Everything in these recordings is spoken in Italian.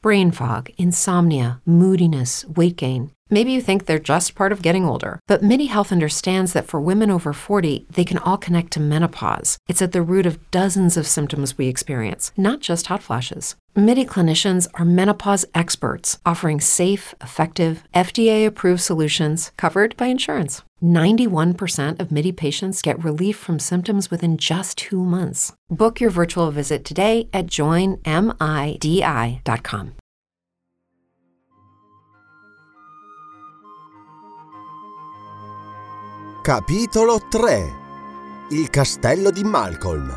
brain fog, insomnia, moodiness, weight gain. Maybe you think they're just part of getting older, but MIDI Health understands that for women over 40, they can all connect to menopause. It's at the root of dozens of symptoms we experience, not just hot flashes. MIDI clinicians are menopause experts, offering safe, effective, FDA-approved solutions covered by insurance. 91% of MIDI patients get relief from symptoms within just 2 months. Book your virtual visit today at joinmidi.com. Capitolo 3. Il castello di Malcolm.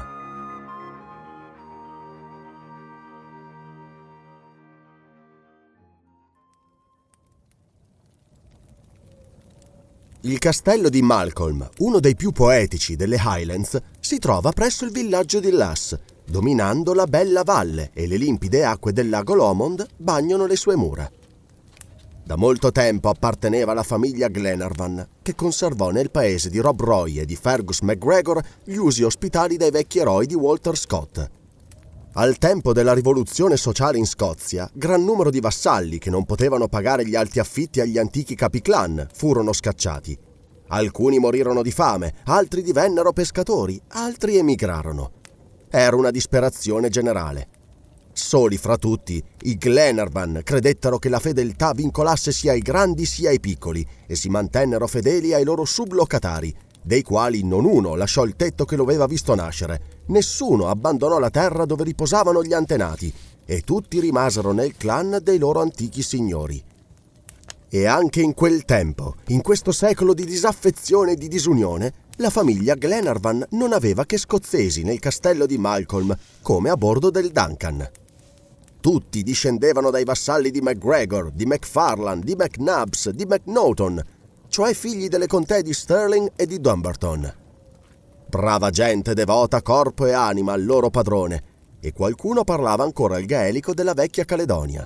Il castello di Malcolm, uno dei più poetici delle Highlands, si trova presso il villaggio di Luss, dominando la bella valle, e le limpide acque del lago Lomond bagnano le sue mura. Da molto tempo apparteneva alla famiglia Glenarvan, che conservò nel paese di Rob Roy e di Fergus MacGregor gli usi ospitali dei vecchi eroi di Walter Scott. Al tempo della rivoluzione sociale in Scozia, gran numero di vassalli che non potevano pagare gli alti affitti agli antichi capiclan furono scacciati. Alcuni morirono di fame, altri divennero pescatori, altri emigrarono. Era una disperazione generale. Soli fra tutti, i Glenarvan credettero che la fedeltà vincolasse sia i grandi sia i piccoli e si mantennero fedeli ai loro sublocatari, dei quali non uno lasciò il tetto che lo aveva visto nascere, nessuno abbandonò la terra dove riposavano gli antenati e tutti rimasero nel clan dei loro antichi signori. E anche in quel tempo, in questo secolo di disaffezione e di disunione, la famiglia Glenarvan non aveva che scozzesi nel castello di Malcolm, come a bordo del Duncan. Tutti discendevano dai vassalli di MacGregor, di MacFarlane, di MacNabs, di MacNaughton, cioè figli delle contee di Stirling e di Dumbarton. Brava gente devota corpo e anima al loro padrone, e qualcuno parlava ancora il gaelico della vecchia Caledonia.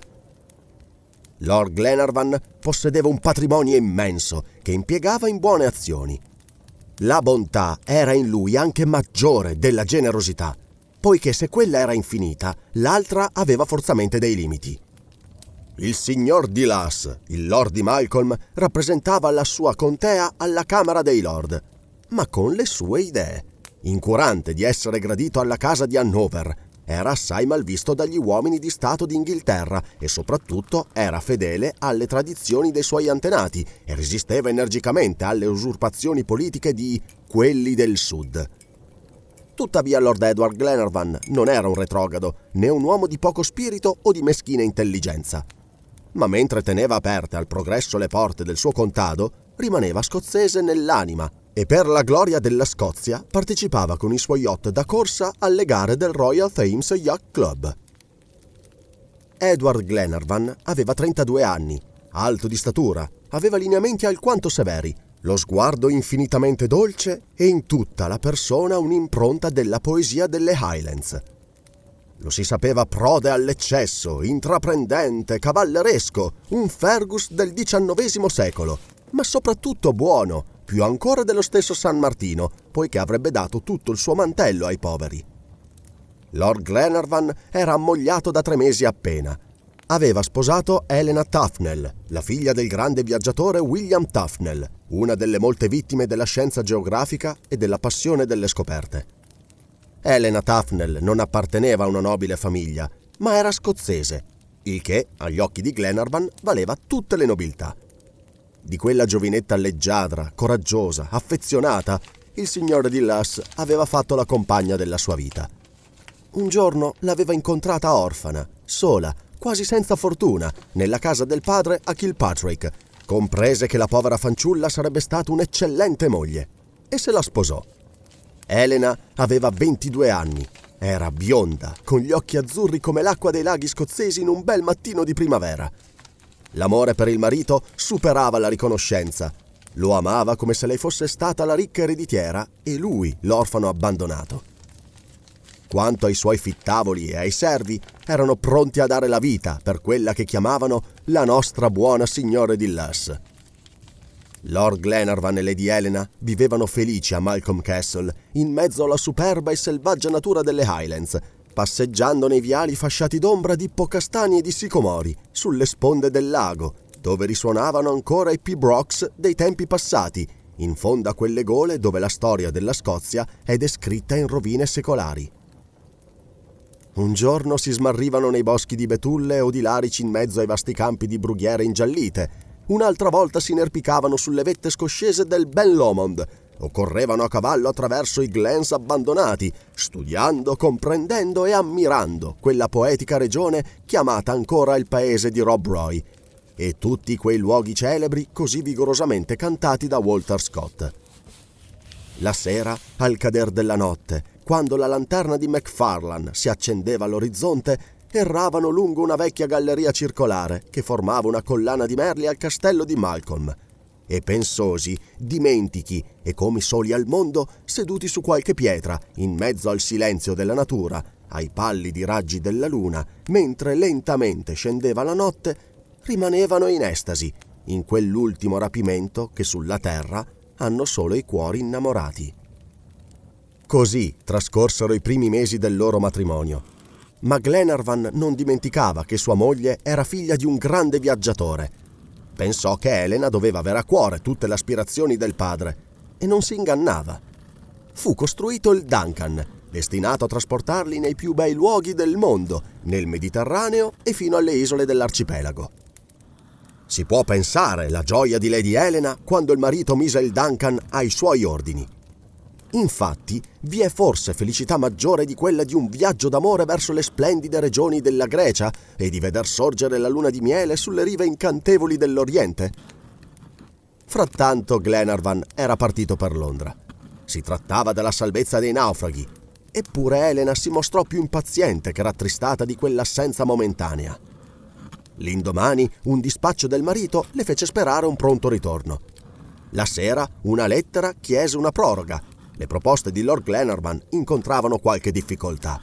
Lord Glenarvan possedeva un patrimonio immenso che impiegava in buone azioni. La bontà era in lui anche maggiore della generosità, poiché se quella era infinita, l'altra aveva forzamente dei limiti. Il signor di Luss, il lord di Malcolm, rappresentava la sua contea alla Camera dei Lord, ma con le sue idee. Incurante di essere gradito alla casa di Hannover, era assai malvisto dagli uomini di Stato d'Inghilterra e soprattutto era fedele alle tradizioni dei suoi antenati e resisteva energicamente alle usurpazioni politiche di quelli del Sud. Tuttavia Lord Edward Glenarvan non era un retrogrado, né un uomo di poco spirito o di meschina intelligenza. Ma mentre teneva aperte al progresso le porte del suo contado, rimaneva scozzese nell'anima e per la gloria della Scozia partecipava con i suoi yacht da corsa alle gare del Royal Thames Yacht Club. Edward Glenarvan aveva 32 anni, alto di statura, aveva lineamenti alquanto severi, lo sguardo infinitamente dolce e in tutta la persona un'impronta della poesia delle Highlands. Lo si sapeva prode all'eccesso, intraprendente, cavalleresco, un Fergus del XIX secolo, ma soprattutto buono, più ancora dello stesso San Martino, poiché avrebbe dato tutto il suo mantello ai poveri. Lord Glenarvan era ammogliato da 3 mesi appena. Aveva sposato Helena Tufnell, la figlia del grande viaggiatore William Tufnell, una delle molte vittime della scienza geografica e della passione delle scoperte. Helena Tufnell non apparteneva a una nobile famiglia, ma era scozzese, il che, agli occhi di Glenarvan, valeva tutte le nobiltà. Di quella giovinetta leggiadra, coraggiosa, affezionata, il signore di Luss aveva fatto la compagna della sua vita. Un giorno l'aveva incontrata orfana, sola, quasi senza fortuna, nella casa del padre a Kilpatrick. Comprese che la povera fanciulla sarebbe stata un'eccellente moglie e se la sposò. Helena aveva 22 anni, era bionda, con gli occhi azzurri come l'acqua dei laghi scozzesi in un bel mattino di primavera. L'amore per il marito superava la riconoscenza. Lo amava come se lei fosse stata la ricca ereditiera e lui l'orfano abbandonato. Quanto ai suoi fittavoli e ai servi, erano pronti a dare la vita per quella che chiamavano la nostra buona signora di Luss. Lord Glenarvan e Lady Helena vivevano felici a Malcolm Castle, in mezzo alla superba e selvaggia natura delle Highlands, passeggiando nei viali fasciati d'ombra di ippocastani e di sicomori, sulle sponde del lago, dove risuonavano ancora i pibrochs dei tempi passati, in fondo a quelle gole dove la storia della Scozia è descritta in rovine secolari. Un giorno si smarrivano nei boschi di betulle o di larici in mezzo ai vasti campi di brughiere ingiallite, un'altra volta si inerpicavano sulle vette scoscese del Ben Lomond o correvano a cavallo attraverso i glens abbandonati, studiando, comprendendo e ammirando quella poetica regione chiamata ancora il paese di Rob Roy, e tutti quei luoghi celebri così vigorosamente cantati da Walter Scott. La sera, al cader della notte, quando la lanterna di Macfarlane si accendeva all'orizzonte, erravano lungo una vecchia galleria circolare che formava una collana di merli al castello di Malcolm, e pensosi, dimentichi e come soli al mondo, seduti su qualche pietra, in mezzo al silenzio della natura, ai pallidi raggi della luna, mentre lentamente scendeva la notte, rimanevano in estasi, in quell'ultimo rapimento che sulla terra hanno solo i cuori innamorati. Così trascorsero i primi mesi del loro matrimonio. Ma Glenarvan non dimenticava che sua moglie era figlia di un grande viaggiatore. Pensò che Elena doveva avere a cuore tutte le aspirazioni del padre e non si ingannava. Fu costruito il Duncan, destinato a trasportarli nei più bei luoghi del mondo, nel Mediterraneo e fino alle isole dell'arcipelago. Si può pensare la gioia di Lady Helena quando il marito mise il Duncan ai suoi ordini. Infatti, vi è forse felicità maggiore di quella di un viaggio d'amore verso le splendide regioni della Grecia e di veder sorgere la luna di miele sulle rive incantevoli dell'Oriente? Frattanto Glenarvan era partito per Londra. Si trattava della salvezza dei naufraghi, eppure Elena si mostrò più impaziente che rattristata di quell'assenza momentanea. L'indomani un dispaccio del marito le fece sperare un pronto ritorno. La sera una lettera chiese una proroga. Le proposte di Lord Glenarvan incontravano qualche difficoltà.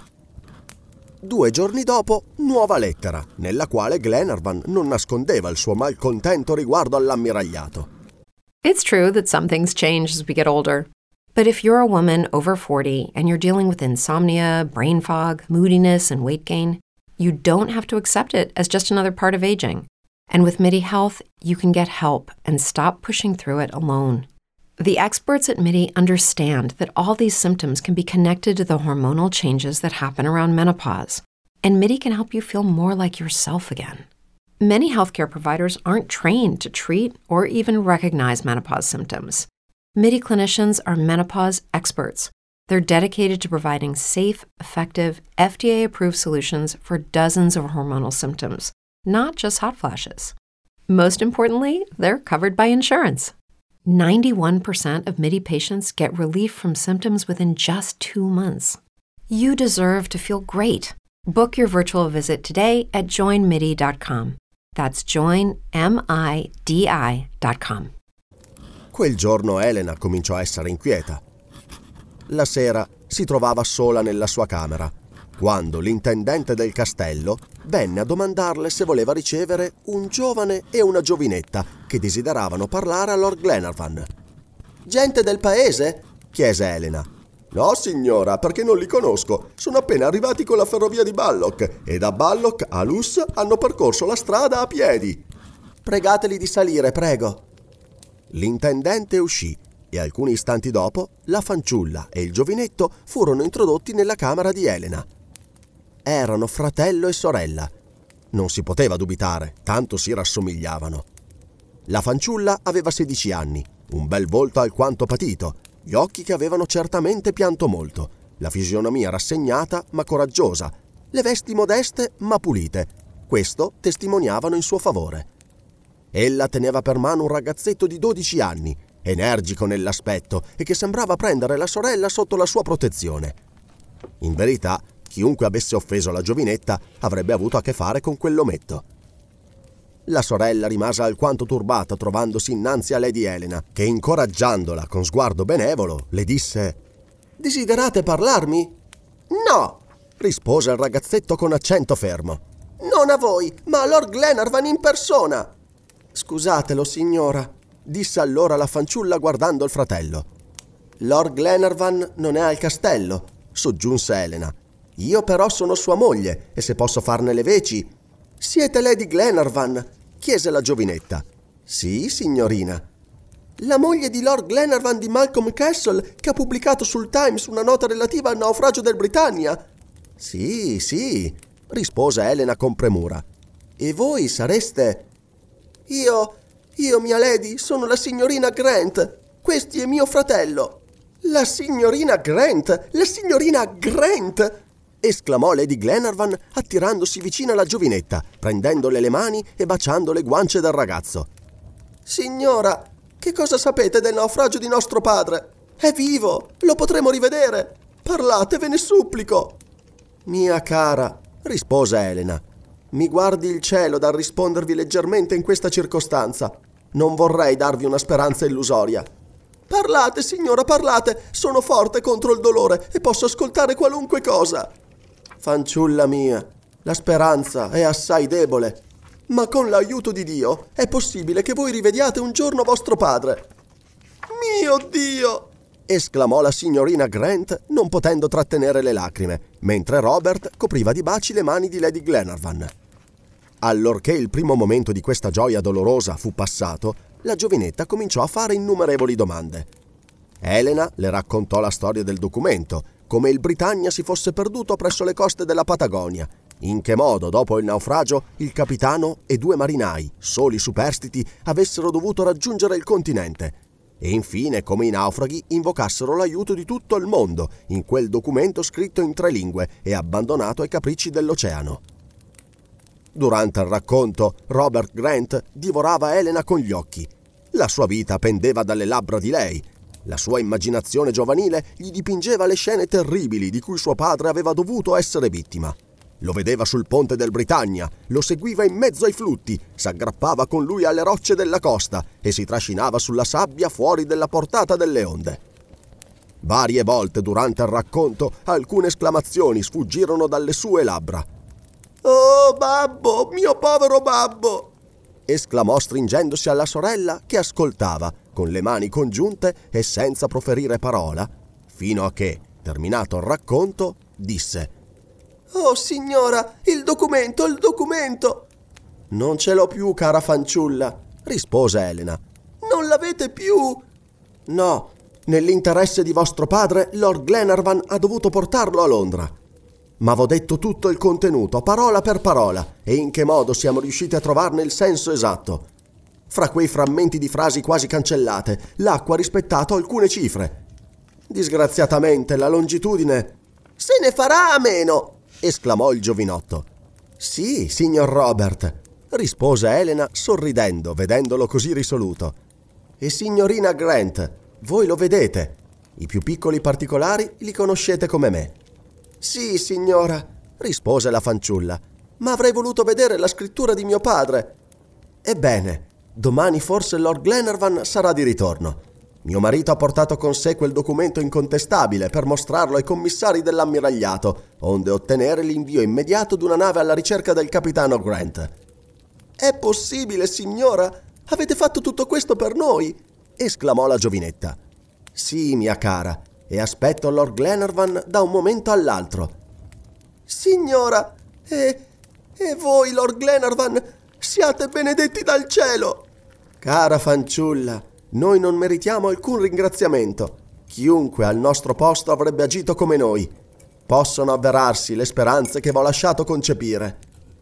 2 giorni dopo, nuova lettera, nella quale Glenarvan non nascondeva il suo malcontento riguardo all'ammiragliato. It's true that some things change as we get older. But if you're a woman over 40 and you're dealing with insomnia, brain fog, moodiness, and weight gain, you don't have to accept it as just another part of aging. And with MIDI Health, you can get help and stop pushing through it alone. The experts at MIDI understand that all these symptoms can be connected to the hormonal changes that happen around menopause, and MIDI can help you feel more like yourself again. Many healthcare providers aren't trained to treat or even recognize menopause symptoms. MIDI clinicians are menopause experts. They're dedicated to providing safe, effective, FDA-approved solutions for dozens of hormonal symptoms, not just hot flashes. Most importantly, they're covered by insurance. 91% of MIDI patients get relief from symptoms within just 2 months. You deserve to feel great. Book your virtual visit today at joinmidi.com. That's joinmidi.com. Quel giorno Elena cominciò a essere inquieta. La sera si trovava sola nella sua camera, quando l'intendente del castello venne a domandarle se voleva ricevere un giovane e una giovinetta che desideravano parlare a Lord Glenarvan. «Gente del paese?» chiese Elena. «No, signora, perché non li conosco. Sono appena arrivati con la ferrovia di Balloch e da Balloch a Luss hanno percorso la strada a piedi». «Pregateli di salire, prego». L'intendente uscì e alcuni istanti dopo la fanciulla e il giovinetto furono introdotti nella camera di Elena. Erano fratello e sorella. Non si poteva dubitare, tanto si rassomigliavano. La fanciulla aveva 16 anni, un bel volto alquanto patito, gli occhi che avevano certamente pianto molto, la fisionomia rassegnata ma coraggiosa, le vesti modeste ma pulite. Questo testimoniavano in suo favore. Ella teneva per mano un ragazzetto di 12 anni, energico nell'aspetto e che sembrava prendere la sorella sotto la sua protezione. In verità, chiunque avesse offeso la giovinetta avrebbe avuto a che fare con quell'ometto. La sorella rimase alquanto turbata trovandosi innanzi a Lady Helena, che incoraggiandola con sguardo benevolo le disse: «Desiderate parlarmi?» «No!» rispose il ragazzetto con accento fermo. «Non a voi, ma a Lord Glenarvan in persona!» «Scusatelo, signora», disse allora la fanciulla guardando il fratello. «Lord Glenarvan non è al castello», soggiunse Elena. Io però sono sua moglie, e se posso farne le veci... Siete Lady Glenarvan? Chiese la giovinetta. Sì, signorina. La moglie di Lord Glenarvan di Malcolm Castle, che ha pubblicato sul Times una nota relativa al naufragio del Britannia. Sì, sì, rispose Elena con premura. E voi sareste... Io, mia lady, sono la signorina Grant. Questi è mio fratello. La signorina Grant! La signorina Grant! Esclamò Lady Glenarvan attirandosi vicino alla giovinetta, prendendole le mani e baciando le guance del ragazzo. Signora, che cosa sapete del naufragio di nostro padre? È vivo! Lo potremo rivedere! Parlate, ve ne supplico! Mia cara, rispose Elena, mi guardi il cielo dal rispondervi leggermente in questa circostanza. Non vorrei darvi una speranza illusoria. Parlate, signora, parlate! Sono forte contro il dolore e posso ascoltare qualunque cosa. Fanciulla mia, la speranza è assai debole, ma con l'aiuto di Dio è possibile che voi rivediate un giorno vostro padre. Mio Dio! Esclamò la signorina Grant, non potendo trattenere le lacrime, mentre Robert copriva di baci le mani di Lady Glenarvan. Allorché il primo momento di questa gioia dolorosa fu passato, la giovinetta cominciò a fare innumerevoli domande. Elena le raccontò la storia del documento, come il Britannia si fosse perduto presso le coste della Patagonia, in che modo, dopo il naufragio, il capitano e 2 marinai, soli superstiti, avessero dovuto raggiungere il continente, e infine come i naufraghi invocassero l'aiuto di tutto il mondo in quel documento scritto in 3 lingue e abbandonato ai capricci dell'oceano. Durante il racconto, Robert Grant divorava Elena con gli occhi. La sua vita pendeva dalle labbra di lei. La sua immaginazione giovanile gli dipingeva le scene terribili di cui suo padre aveva dovuto essere vittima. Lo vedeva sul ponte del Britannia, lo seguiva in mezzo ai flutti, s'aggrappava con lui alle rocce della costa e si trascinava sulla sabbia fuori della portata delle onde. Varie volte durante il racconto alcune esclamazioni sfuggirono dalle sue labbra. «Oh, babbo, mio povero babbo!» esclamò stringendosi alla sorella che ascoltava, con le mani congiunte e senza proferire parola, fino a che, terminato il racconto, disse: «Oh, signora, il documento, il documento!» «Non ce l'ho più, cara fanciulla», rispose Elena. «Non l'avete più?» «No, nell'interesse di vostro padre, Lord Glenarvan ha dovuto portarlo a Londra. Ma v'ho detto tutto il contenuto, parola per parola, e in che modo siamo riusciti a trovarne il senso esatto. Fra quei frammenti di frasi quasi cancellate, l'acqua ha rispettato alcune cifre. Disgraziatamente la longitudine... «Se ne farà a meno!» esclamò il giovinotto. «Sì, signor Robert», rispose Elena sorridendo, vedendolo così risoluto. «E signorina Grant, voi lo vedete. I più piccoli particolari li conoscete come me». «Sì, signora», rispose la fanciulla, «ma avrei voluto vedere la scrittura di mio padre». «Ebbene, domani forse Lord Glenarvan sarà di ritorno. Mio marito ha portato con sé quel documento incontestabile per mostrarlo ai commissari dell'ammiragliato, onde ottenere l'invio immediato di una nave alla ricerca del capitano Grant». «È possibile, signora? Avete fatto tutto questo per noi?» esclamò la giovinetta. «Sì, mia cara, e aspetto Lord Glenarvan da un momento all'altro». «Signora, e voi, Lord Glenarvan, siate benedetti dal cielo!» «Cara fanciulla, noi non meritiamo alcun ringraziamento. Chiunque al nostro posto avrebbe agito come noi. Possono avverarsi le speranze che v'ho lasciato concepire.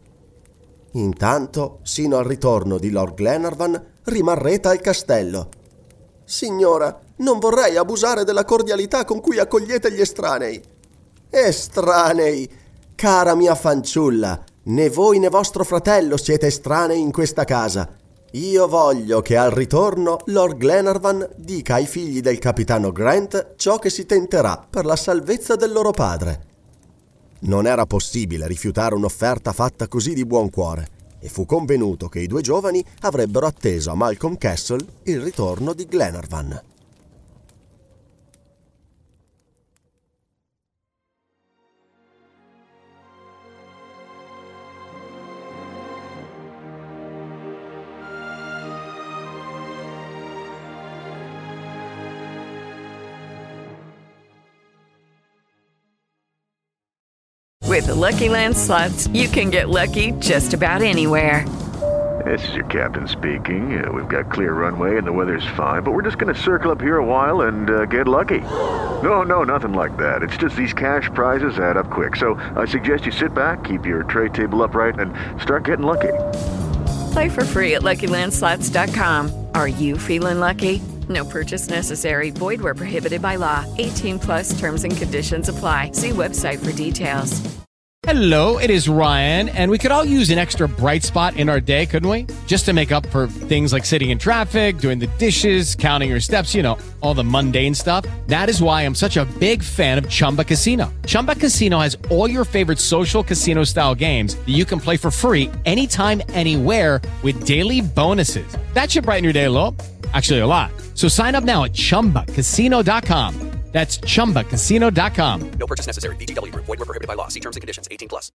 Intanto, sino al ritorno di Lord Glenarvan, rimarrete al castello». «Signora, non vorrei abusare della cordialità con cui accogliete gli estranei». «Estranei! Cara mia fanciulla, né voi né vostro fratello siete estranei in questa casa. Io voglio che al ritorno Lord Glenarvan dica ai figli del capitano Grant ciò che si tenterà per la salvezza del loro padre». Non era possibile rifiutare un'offerta fatta così di buon cuore, e fu convenuto che i 2 giovani avrebbero atteso a Malcolm Castle il ritorno di Glenarvan. With the Lucky Land Slots, you can get lucky just about anywhere. This is your captain speaking. We've got clear runway and the weather's fine, but we're just going to circle up here a while and get lucky. No, nothing like that. It's just these cash prizes add up quick. So I suggest you sit back, keep your tray table upright, and start getting lucky. Play for free at LuckyLandSlots.com. Are you feeling lucky? No purchase necessary. Void where prohibited by law. 18 plus terms and conditions apply. See website for details. Hello, it is Ryan, and we could all use an extra bright spot in our day, couldn't we? Just to make up for things like sitting in traffic, doing the dishes, counting your steps, you know, all the mundane stuff. That is why I'm such a big fan of Chumba Casino. Chumba Casino has all your favorite social casino-style games that you can play for free anytime, anywhere with daily bonuses. That should brighten your day a little. Actually, a lot. So sign up now at ChumbaCasino.com. That's ChumbaCasino.com. No purchase necessary. VGW Group. Void where prohibited by law. See terms and conditions. 18 plus.